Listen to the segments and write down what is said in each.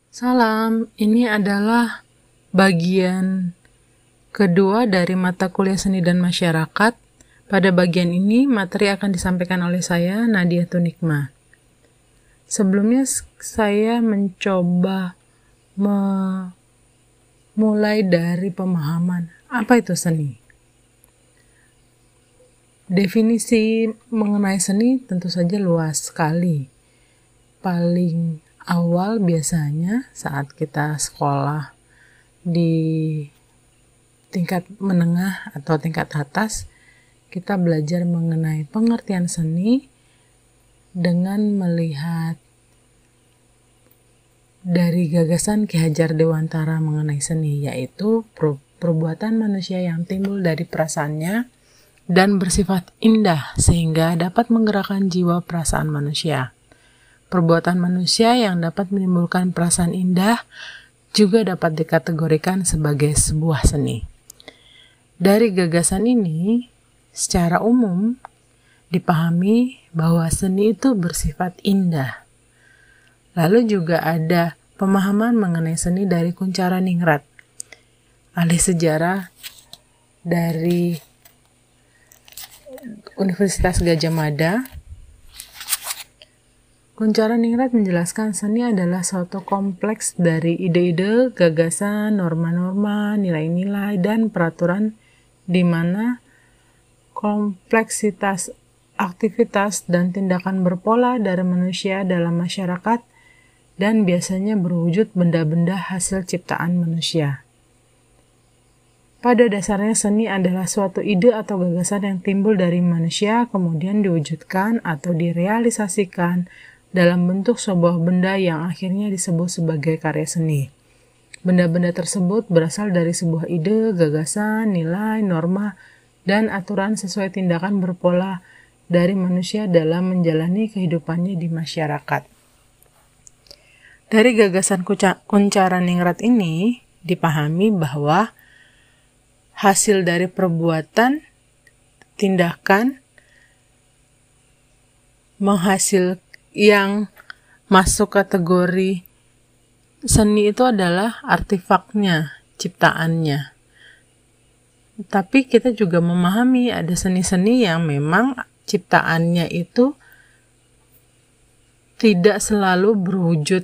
Salam, ini adalah bagian kedua dari mata kuliah seni dan masyarakat. Pada bagian ini, materi akan disampaikan oleh saya, Nadia Tunikma. Sebelumnya, saya mencoba memulai dari pemahaman. Apa itu seni? Definisi mengenai seni tentu saja luas sekali. Paling awal biasanya saat kita sekolah di tingkat menengah atau tingkat atas, kita belajar mengenai pengertian seni dengan melihat dari gagasan Ki Hajar Dewantara mengenai seni, yaitu perbuatan manusia yang timbul dari perasaannya dan bersifat indah sehingga dapat menggerakkan jiwa perasaan manusia. Perbuatan manusia yang dapat menimbulkan perasaan indah juga dapat dikategorikan sebagai sebuah seni. Dari gagasan ini, secara umum dipahami bahwa seni itu bersifat indah. Lalu juga ada pemahaman mengenai seni dari Kunchara Ningrat, ahli sejarah dari Universitas Gadjah Mada. Kunchara Ningrat menjelaskan seni adalah suatu kompleks dari ide-ide, gagasan, norma-norma, nilai-nilai, dan peraturan di mana kompleksitas aktivitas dan tindakan berpola dari manusia dalam masyarakat dan biasanya berwujud benda-benda hasil ciptaan manusia. Pada dasarnya seni adalah suatu ide atau gagasan yang timbul dari manusia kemudian diwujudkan atau direalisasikan dalam bentuk sebuah benda yang akhirnya disebut sebagai karya seni. Benda-benda tersebut berasal dari sebuah ide, gagasan, nilai, norma, dan aturan sesuai tindakan berpola dari manusia dalam menjalani kehidupannya di masyarakat. Dari gagasan Kunchara Ningrat ini dipahami bahwa hasil dari perbuatan, tindakan, menghasil yang masuk kategori seni itu adalah artefaknya, ciptaannya. Tapi kita juga memahami ada seni-seni yang memang ciptaannya itu tidak selalu berwujud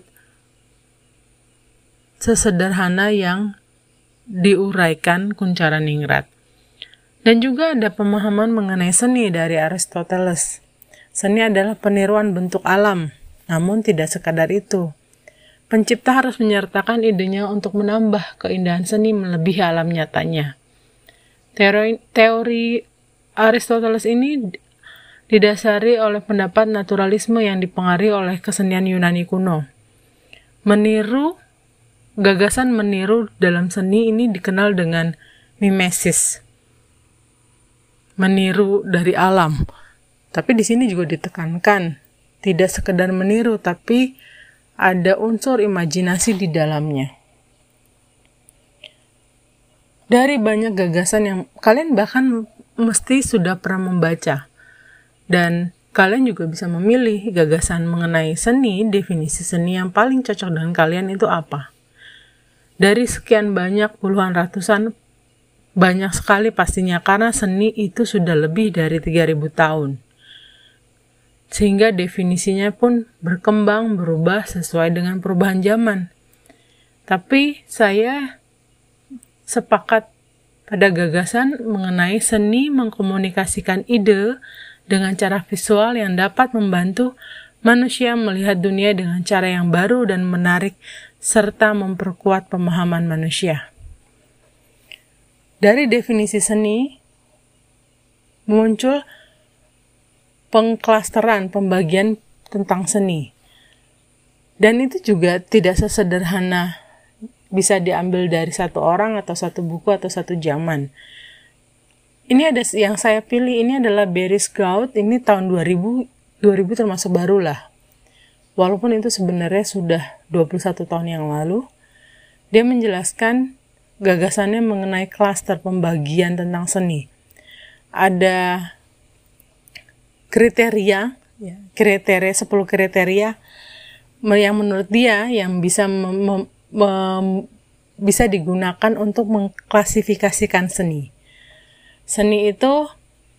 sesederhana yang diuraikan Kunchara Ningrat. Dan juga ada pemahaman mengenai seni dari Aristoteles. Seni adalah peniruan bentuk alam, namun tidak sekadar itu. Pencipta harus menyertakan idenya untuk menambah keindahan seni melebihi alam nyatanya. Teori Aristoteles ini didasari oleh pendapat naturalisme yang dipengaruhi oleh kesenian Yunani kuno. Gagasan meniru dalam seni ini dikenal dengan mimesis, meniru dari alam. Tapi di sini juga ditekankan tidak sekedar meniru, tapi ada unsur imajinasi di dalamnya. Dari banyak gagasan yang kalian bahkan mesti sudah pernah membaca, dan kalian juga bisa memilih gagasan mengenai seni, definisi seni yang paling cocok dengan kalian itu apa. Dari sekian banyak puluhan ratusan, banyak sekali pastinya karena seni itu sudah lebih dari 3.000 tahun. Sehingga definisinya pun berkembang, berubah sesuai dengan perubahan zaman. Tapi saya sepakat pada gagasan mengenai seni mengkomunikasikan ide dengan cara visual yang dapat membantu manusia melihat dunia dengan cara yang baru dan menarik serta memperkuat pemahaman manusia. Dari definisi seni muncul pengklasteran, pembagian tentang seni. Dan itu juga tidak sesederhana bisa diambil dari satu orang atau satu buku atau satu zaman. Ini ada yang saya pilih, ini adalah Barry Scout, ini tahun 2000 termasuk baru lah. Walaupun itu sebenarnya sudah 21 tahun yang lalu, dia menjelaskan gagasannya mengenai klaster pembagian tentang seni. Ada kriteria 10 kriteria yang menurut dia yang bisa bisa digunakan untuk mengklasifikasikan seni. Seni itu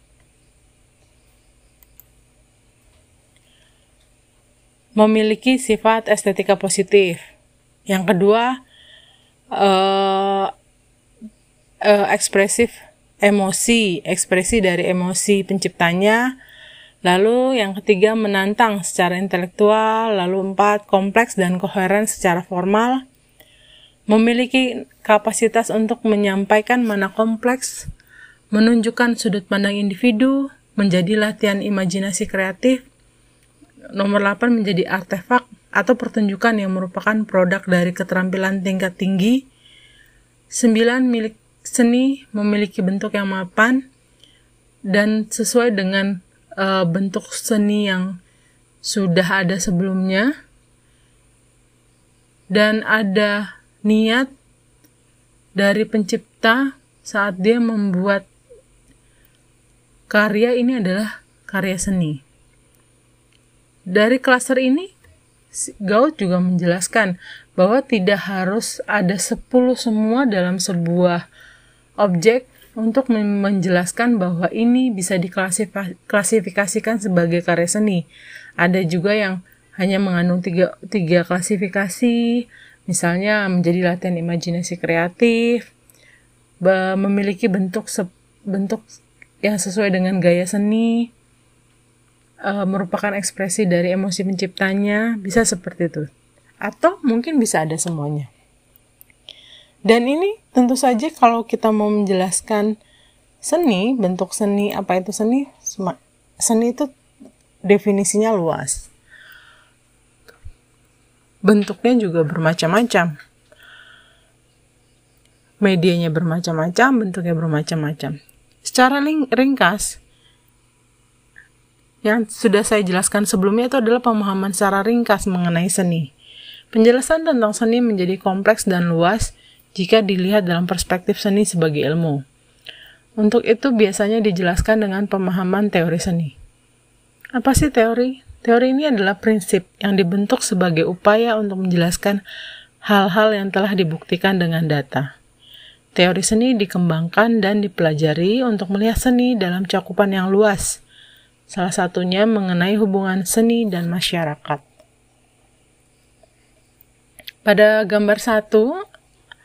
memiliki sifat estetika positif. Yang kedua, ekspresi dari emosi penciptanya. Lalu yang ketiga, menantang secara intelektual. Lalu 4, kompleks dan koheren secara formal. Memiliki kapasitas untuk menyampaikan mana kompleks, menunjukkan sudut pandang individu, menjadi latihan imajinasi kreatif. Nomor 8, menjadi artefak atau pertunjukan yang merupakan produk dari keterampilan tingkat tinggi. 9, milik seni memiliki bentuk yang mapan dan sesuai dengan bentuk seni yang sudah ada sebelumnya, dan ada niat dari pencipta saat dia membuat karya ini adalah karya seni. Dari klaster ini, Gaut juga menjelaskan bahwa tidak harus ada 10 semua dalam sebuah objek untuk menjelaskan bahwa ini bisa diklasifikasikan sebagai karya seni. Ada juga yang hanya mengandung tiga klasifikasi, misalnya menjadi latihan imajinasi kreatif, memiliki bentuk yang sesuai dengan gaya seni, merupakan ekspresi dari emosi penciptanya, bisa seperti itu. Atau mungkin bisa ada semuanya. Dan ini tentu saja kalau kita mau menjelaskan seni, bentuk seni, apa itu seni? Seni itu definisinya luas. Bentuknya juga bermacam-macam. Medianya bermacam-macam, bentuknya bermacam-macam. Secara ringkas, yang sudah saya jelaskan sebelumnya itu adalah pemahaman secara ringkas mengenai seni. Penjelasan tentang seni menjadi kompleks dan luas jika dilihat dalam perspektif seni sebagai ilmu. Untuk itu biasanya dijelaskan dengan pemahaman teori seni. Apa sih teori? Teori ini adalah prinsip yang dibentuk sebagai upaya untuk menjelaskan hal-hal yang telah dibuktikan dengan data. Teori seni dikembangkan dan dipelajari untuk melihat seni dalam cakupan yang luas. Salah satunya mengenai hubungan seni dan masyarakat. Pada gambar 1,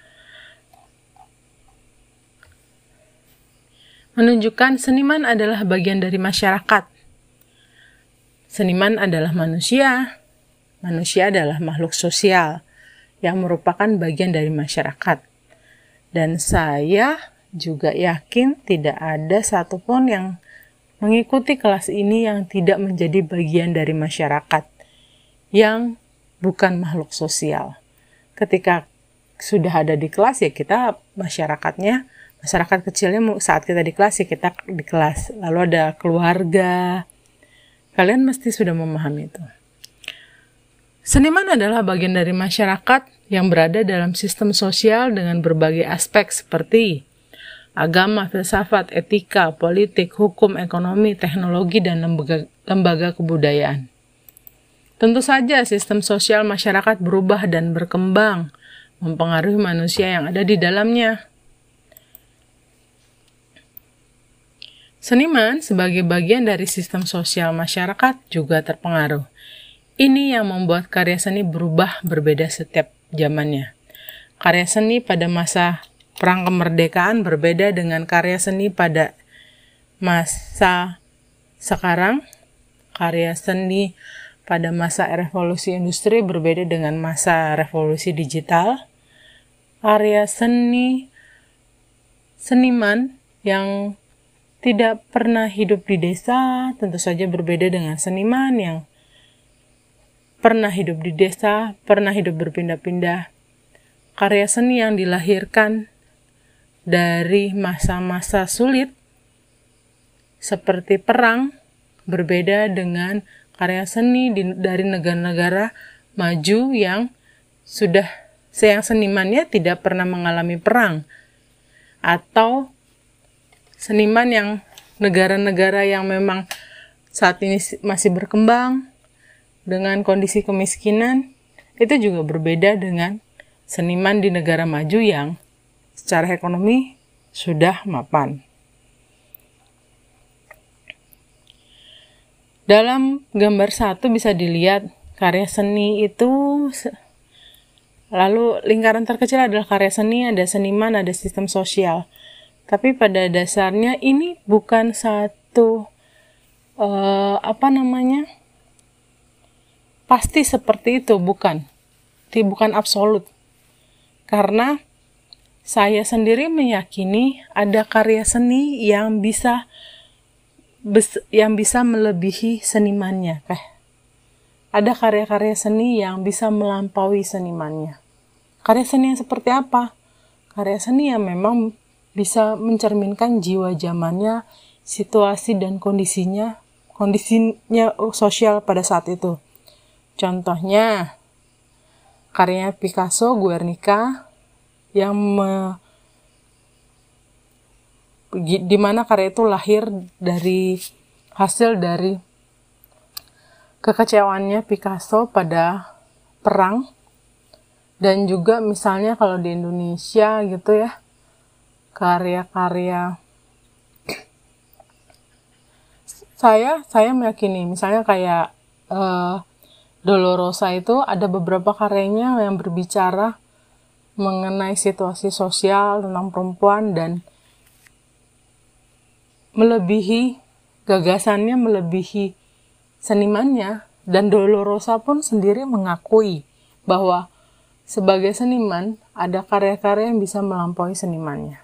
menunjukkan seniman adalah bagian dari masyarakat. Seniman adalah manusia. Manusia adalah makhluk sosial yang merupakan bagian dari masyarakat. Dan saya juga yakin tidak ada satupun yang mengikuti kelas ini yang tidak menjadi bagian dari masyarakat, yang bukan makhluk sosial. Ketika sudah ada di kelas, ya kita masyarakatnya, masyarakat kecilnya saat kita di kelas, ya kita di kelas. Lalu ada keluarga. Kalian mesti sudah memahami itu. Seniman adalah bagian dari masyarakat yang berada dalam sistem sosial dengan berbagai aspek seperti agama, filsafat, etika, politik, hukum, ekonomi, teknologi, dan lembaga kebudayaan. Tentu saja sistem sosial masyarakat berubah dan berkembang, mempengaruhi manusia yang ada di dalamnya. Seniman sebagai bagian dari sistem sosial masyarakat juga terpengaruh. Ini yang membuat karya seni berubah berbeda setiap zamannya. Karya seni pada masa perang kemerdekaan berbeda dengan karya seni pada masa sekarang. Karya seni pada masa revolusi industri berbeda dengan masa revolusi digital. Karya seniman yang tidak pernah hidup di desa tentu saja berbeda dengan seniman yang pernah hidup di desa, pernah hidup berpindah-pindah. Karya seni yang dilahirkan dari masa-masa sulit seperti perang berbeda dengan karya seni dari negara-negara maju yang senimannya tidak pernah mengalami perang, atau seniman yang negara-negara yang memang saat ini masih berkembang dengan kondisi kemiskinan itu juga berbeda dengan seniman di negara maju yang secara ekonomi sudah mapan. Dalam gambar 1 bisa dilihat karya seni itu, lalu lingkaran terkecil adalah karya seni, ada seniman, ada sistem sosial. Tapi pada dasarnya ini bukan satu pasti seperti itu, bukan absolut. Karena saya sendiri meyakini ada karya seni yang bisa melebihi senimannya. Ada karya-karya seni yang bisa melampaui senimannya. Karya seni yang seperti apa? Karya seni yang memang bisa mencerminkan jiwa zamannya, situasi dan kondisinya sosial pada saat itu. Contohnya, karya Picasso, Guernica, yang di mana karya itu lahir dari hasil dari kekecewaannya Picasso pada perang. Dan juga misalnya kalau di Indonesia gitu ya, karya-karya saya meyakini misalnya kayak Dolorosa itu ada beberapa karyanya yang berbicara mengenai situasi sosial tentang perempuan dan gagasannya melebihi senimannya, dan Dolorosa pun sendiri mengakui bahwa sebagai seniman ada karya-karya yang bisa melampaui senimannya.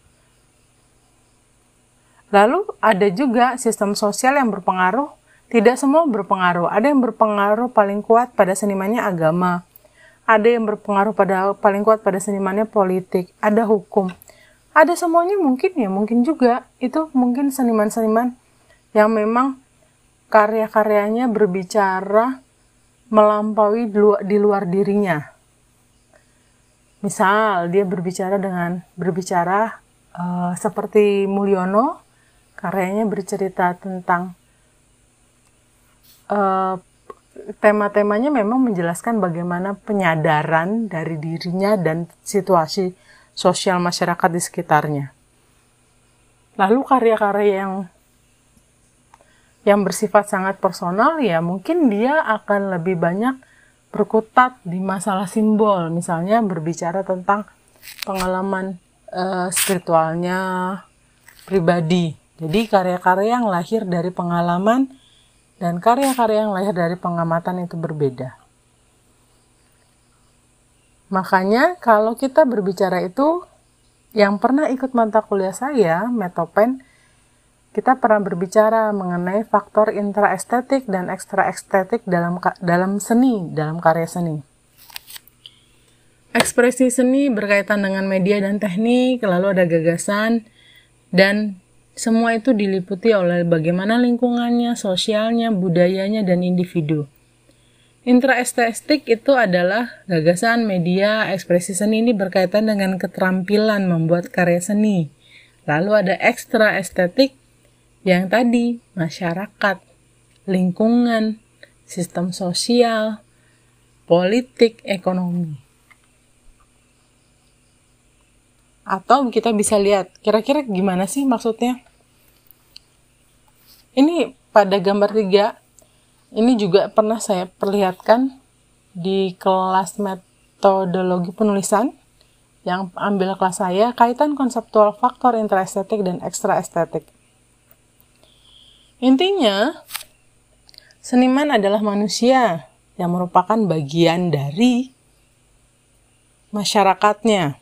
Lalu ada juga sistem sosial yang berpengaruh, tidak semua berpengaruh. Ada yang berpengaruh paling kuat pada senimannya agama, ada yang berpengaruh paling kuat pada senimannya politik, ada hukum. Ada semuanya mungkin juga. Itu mungkin seniman-seniman yang memang karya-karyanya berbicara melampaui di luar dirinya. Misal dia berbicara seperti Mulyono, karyanya bercerita tentang tema-temanya memang menjelaskan bagaimana penyadaran dari dirinya dan situasi sosial masyarakat di sekitarnya. Lalu karya-karya yang bersifat sangat personal, ya mungkin dia akan lebih banyak berkutat di masalah simbol, misalnya berbicara tentang pengalaman spiritualnya pribadi. Jadi karya-karya yang lahir dari pengalaman dan karya-karya yang lahir dari pengamatan itu berbeda. Makanya kalau kita berbicara itu, yang pernah ikut mata kuliah saya, Metopen, kita pernah berbicara mengenai faktor intraestetik dan ekstraestetik dalam seni, dalam karya seni. Ekspresi seni berkaitan dengan media dan teknik, lalu ada gagasan, dan semua itu diliputi oleh bagaimana lingkungannya, sosialnya, budayanya, dan individu. Intraestetik itu adalah gagasan, media, ekspresi seni ini berkaitan dengan keterampilan membuat karya seni. Lalu ada ekstraestetik yang tadi, masyarakat, lingkungan, sistem sosial, politik, ekonomi. Atau kita bisa lihat, kira-kira gimana sih maksudnya? Ini pada gambar 3, ini juga pernah saya perlihatkan di kelas metodologi penulisan yang ambil kelas saya, kaitan konseptual faktor intraestetik dan ekstraestetik. Intinya, seniman adalah manusia yang merupakan bagian dari masyarakatnya.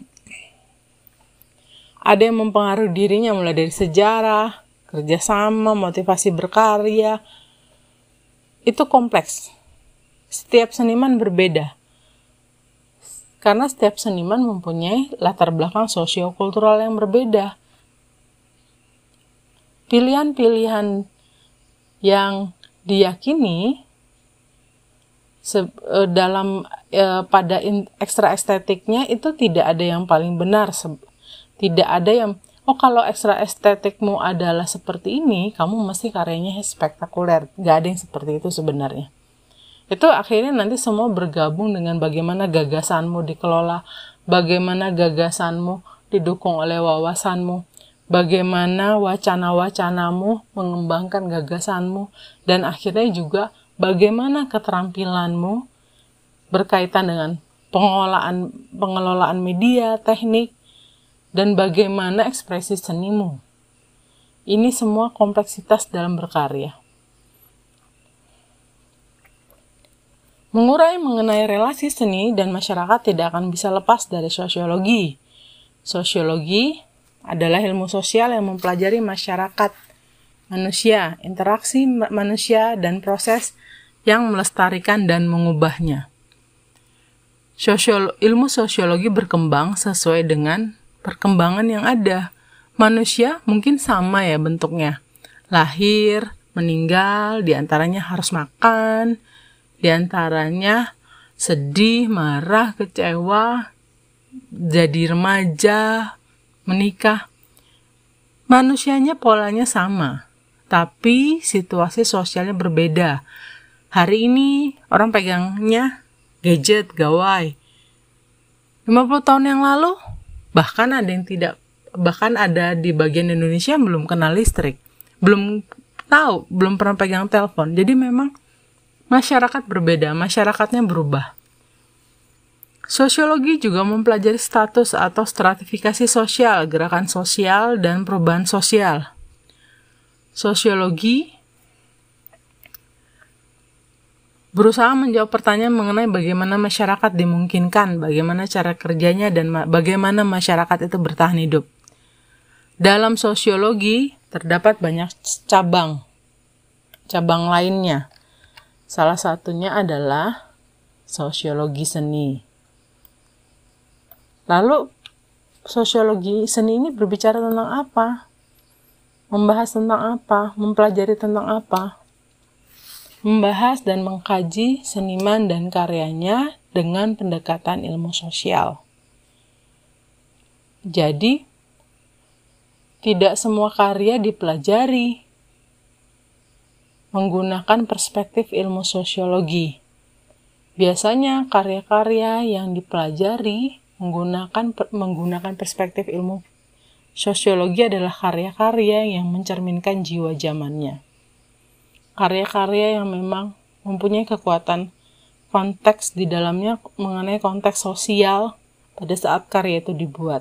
Ada yang mempengaruhi dirinya mulai dari sejarah, kerjasama, motivasi berkarya. Itu kompleks. Setiap seniman berbeda. Karena setiap seniman mempunyai latar belakang sosiokultural yang berbeda. Pilihan-pilihan yang diyakini pada ekstraestetiknya itu tidak ada yang paling benar. Tidak ada yang, kalau ekstraestetikmu adalah seperti ini, kamu mesti karyanya spektakuler. Gak ada yang seperti itu sebenarnya. Itu akhirnya nanti semua bergabung dengan bagaimana gagasanmu dikelola, bagaimana gagasanmu didukung oleh wawasanmu, bagaimana wacana-wacanamu mengembangkan gagasanmu, dan akhirnya juga bagaimana keterampilanmu berkaitan dengan pengelolaan media, teknik, dan bagaimana ekspresi senimu. Ini semua kompleksitas dalam berkarya. Mengurai mengenai relasi seni dan masyarakat tidak akan bisa lepas dari sosiologi. Sosiologi adalah ilmu sosial yang mempelajari masyarakat, manusia, interaksi manusia, dan proses yang melestarikan dan mengubahnya. Ilmu sosiologi berkembang sesuai dengan perkembangan yang ada. Manusia mungkin sama ya bentuknya. Lahir, meninggal, diantaranya harus makan, diantaranya sedih, marah, kecewa, jadi remaja, menikah. Manusianya polanya sama, tapi situasi sosialnya berbeda. Hari ini orang pegangnya gadget, gawai. 50 tahun yang lalu, bahkan ada di bagian Indonesia yang belum kenal listrik. Belum pernah pegang telepon. Jadi memang masyarakat berbeda, masyarakatnya berubah. Sosiologi juga mempelajari status atau stratifikasi sosial, gerakan sosial, dan perubahan sosial. Sosiologi berusaha menjawab pertanyaan mengenai bagaimana masyarakat dimungkinkan, bagaimana cara kerjanya, dan bagaimana masyarakat itu bertahan hidup. Dalam sosiologi terdapat banyak cabang lainnya. Salah satunya adalah sosiologi seni. Lalu, sosiologi seni ini berbicara tentang apa? Membahas tentang apa? Mempelajari tentang apa? Membahas dan mengkaji seniman dan karyanya dengan pendekatan ilmu sosial. Jadi, tidak semua karya dipelajari menggunakan perspektif ilmu sosiologi. Biasanya karya-karya yang dipelajari menggunakan perspektif ilmu sosiologi adalah karya-karya yang mencerminkan jiwa zamannya. Karya-karya yang memang mempunyai kekuatan konteks di dalamnya mengenai konteks sosial pada saat karya itu dibuat.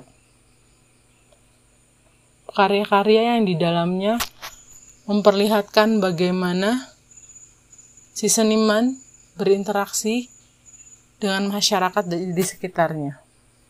Karya-karya yang di dalamnya memperlihatkan bagaimana si seniman berinteraksi dengan masyarakat di sekitarnya.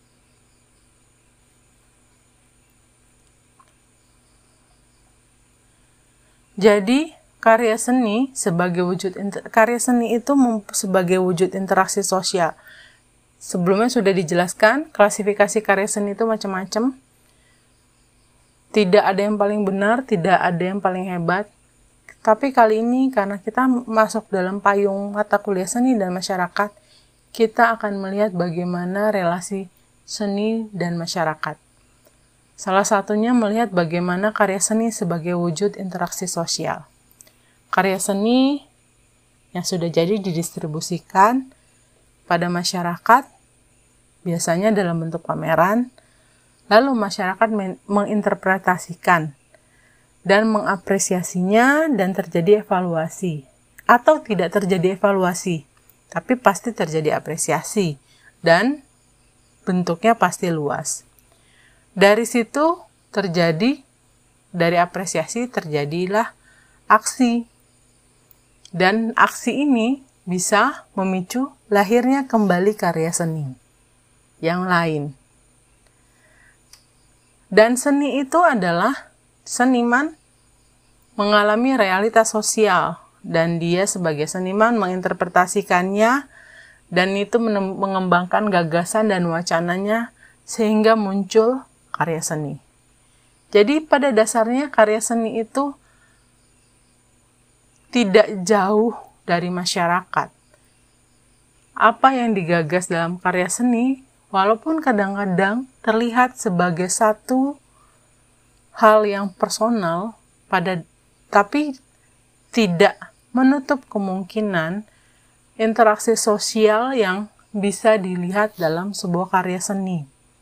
Jadi, karya seni itu sebagai wujud interaksi sosial. Sebelumnya sudah dijelaskan, klasifikasi karya seni itu macam-macam. Tidak ada yang paling benar, tidak ada yang paling hebat. Tapi kali ini karena kita masuk dalam payung mata kuliah seni dan masyarakat, kita akan melihat bagaimana relasi seni dan masyarakat. Salah satunya melihat bagaimana karya seni sebagai wujud interaksi sosial. Karya seni yang sudah jadi didistribusikan pada masyarakat, biasanya dalam bentuk pameran, lalu masyarakat menginterpretasikan dan mengapresiasinya dan terjadi evaluasi. Atau tidak terjadi evaluasi, tapi pasti terjadi apresiasi dan bentuknya pasti luas. Dari situ dari apresiasi terjadilah aksi. Dan aksi ini bisa memicu lahirnya kembali karya seni yang lain. Dan seni itu adalah seniman mengalami realitas sosial dan dia sebagai seniman menginterpretasikannya dan itu mengembangkan gagasan dan wacananya sehingga muncul karya seni. Jadi pada dasarnya karya seni itu tidak jauh dari masyarakat. Apa yang digagas dalam karya seni walaupun kadang-kadang terlihat sebagai satu hal yang personal, tapi tidak menutup kemungkinan interaksi sosial yang bisa dilihat dalam sebuah karya seni.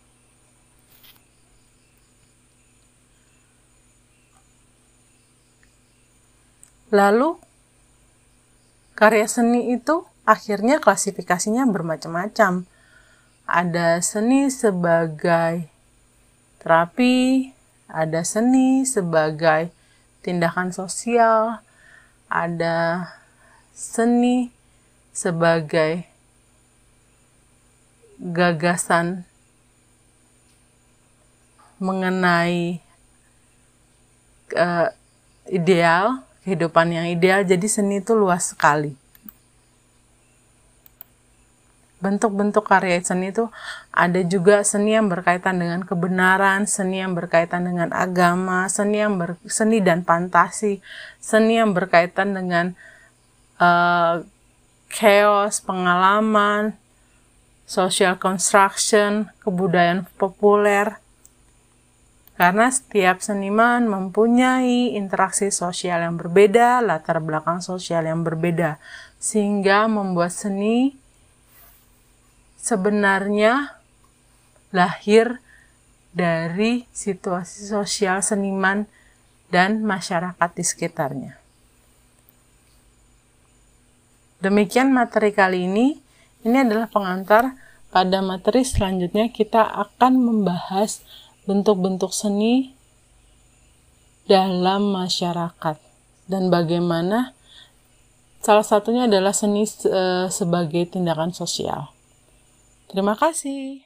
Lalu, karya seni itu akhirnya klasifikasinya bermacam-macam. Ada seni sebagai terapi, ada seni sebagai tindakan sosial, ada seni sebagai gagasan mengenai ideal, kehidupan yang ideal. Jadi seni itu luas sekali. Bentuk-bentuk karya seni itu ada juga seni yang berkaitan dengan kebenaran, seni yang berkaitan dengan agama, seni dan fantasi, seni yang berkaitan dengan chaos, pengalaman, social construction, kebudayaan populer. Karena setiap seniman mempunyai interaksi sosial yang berbeda, latar belakang sosial yang berbeda, sehingga membuat seni sebenarnya lahir dari situasi sosial seniman dan masyarakat di sekitarnya. Demikian materi kali ini. Ini adalah pengantar. Pada materi selanjutnya kita akan membahas bentuk-bentuk seni dalam masyarakat dan bagaimana salah satunya adalah seni sebagai tindakan sosial. Terima kasih.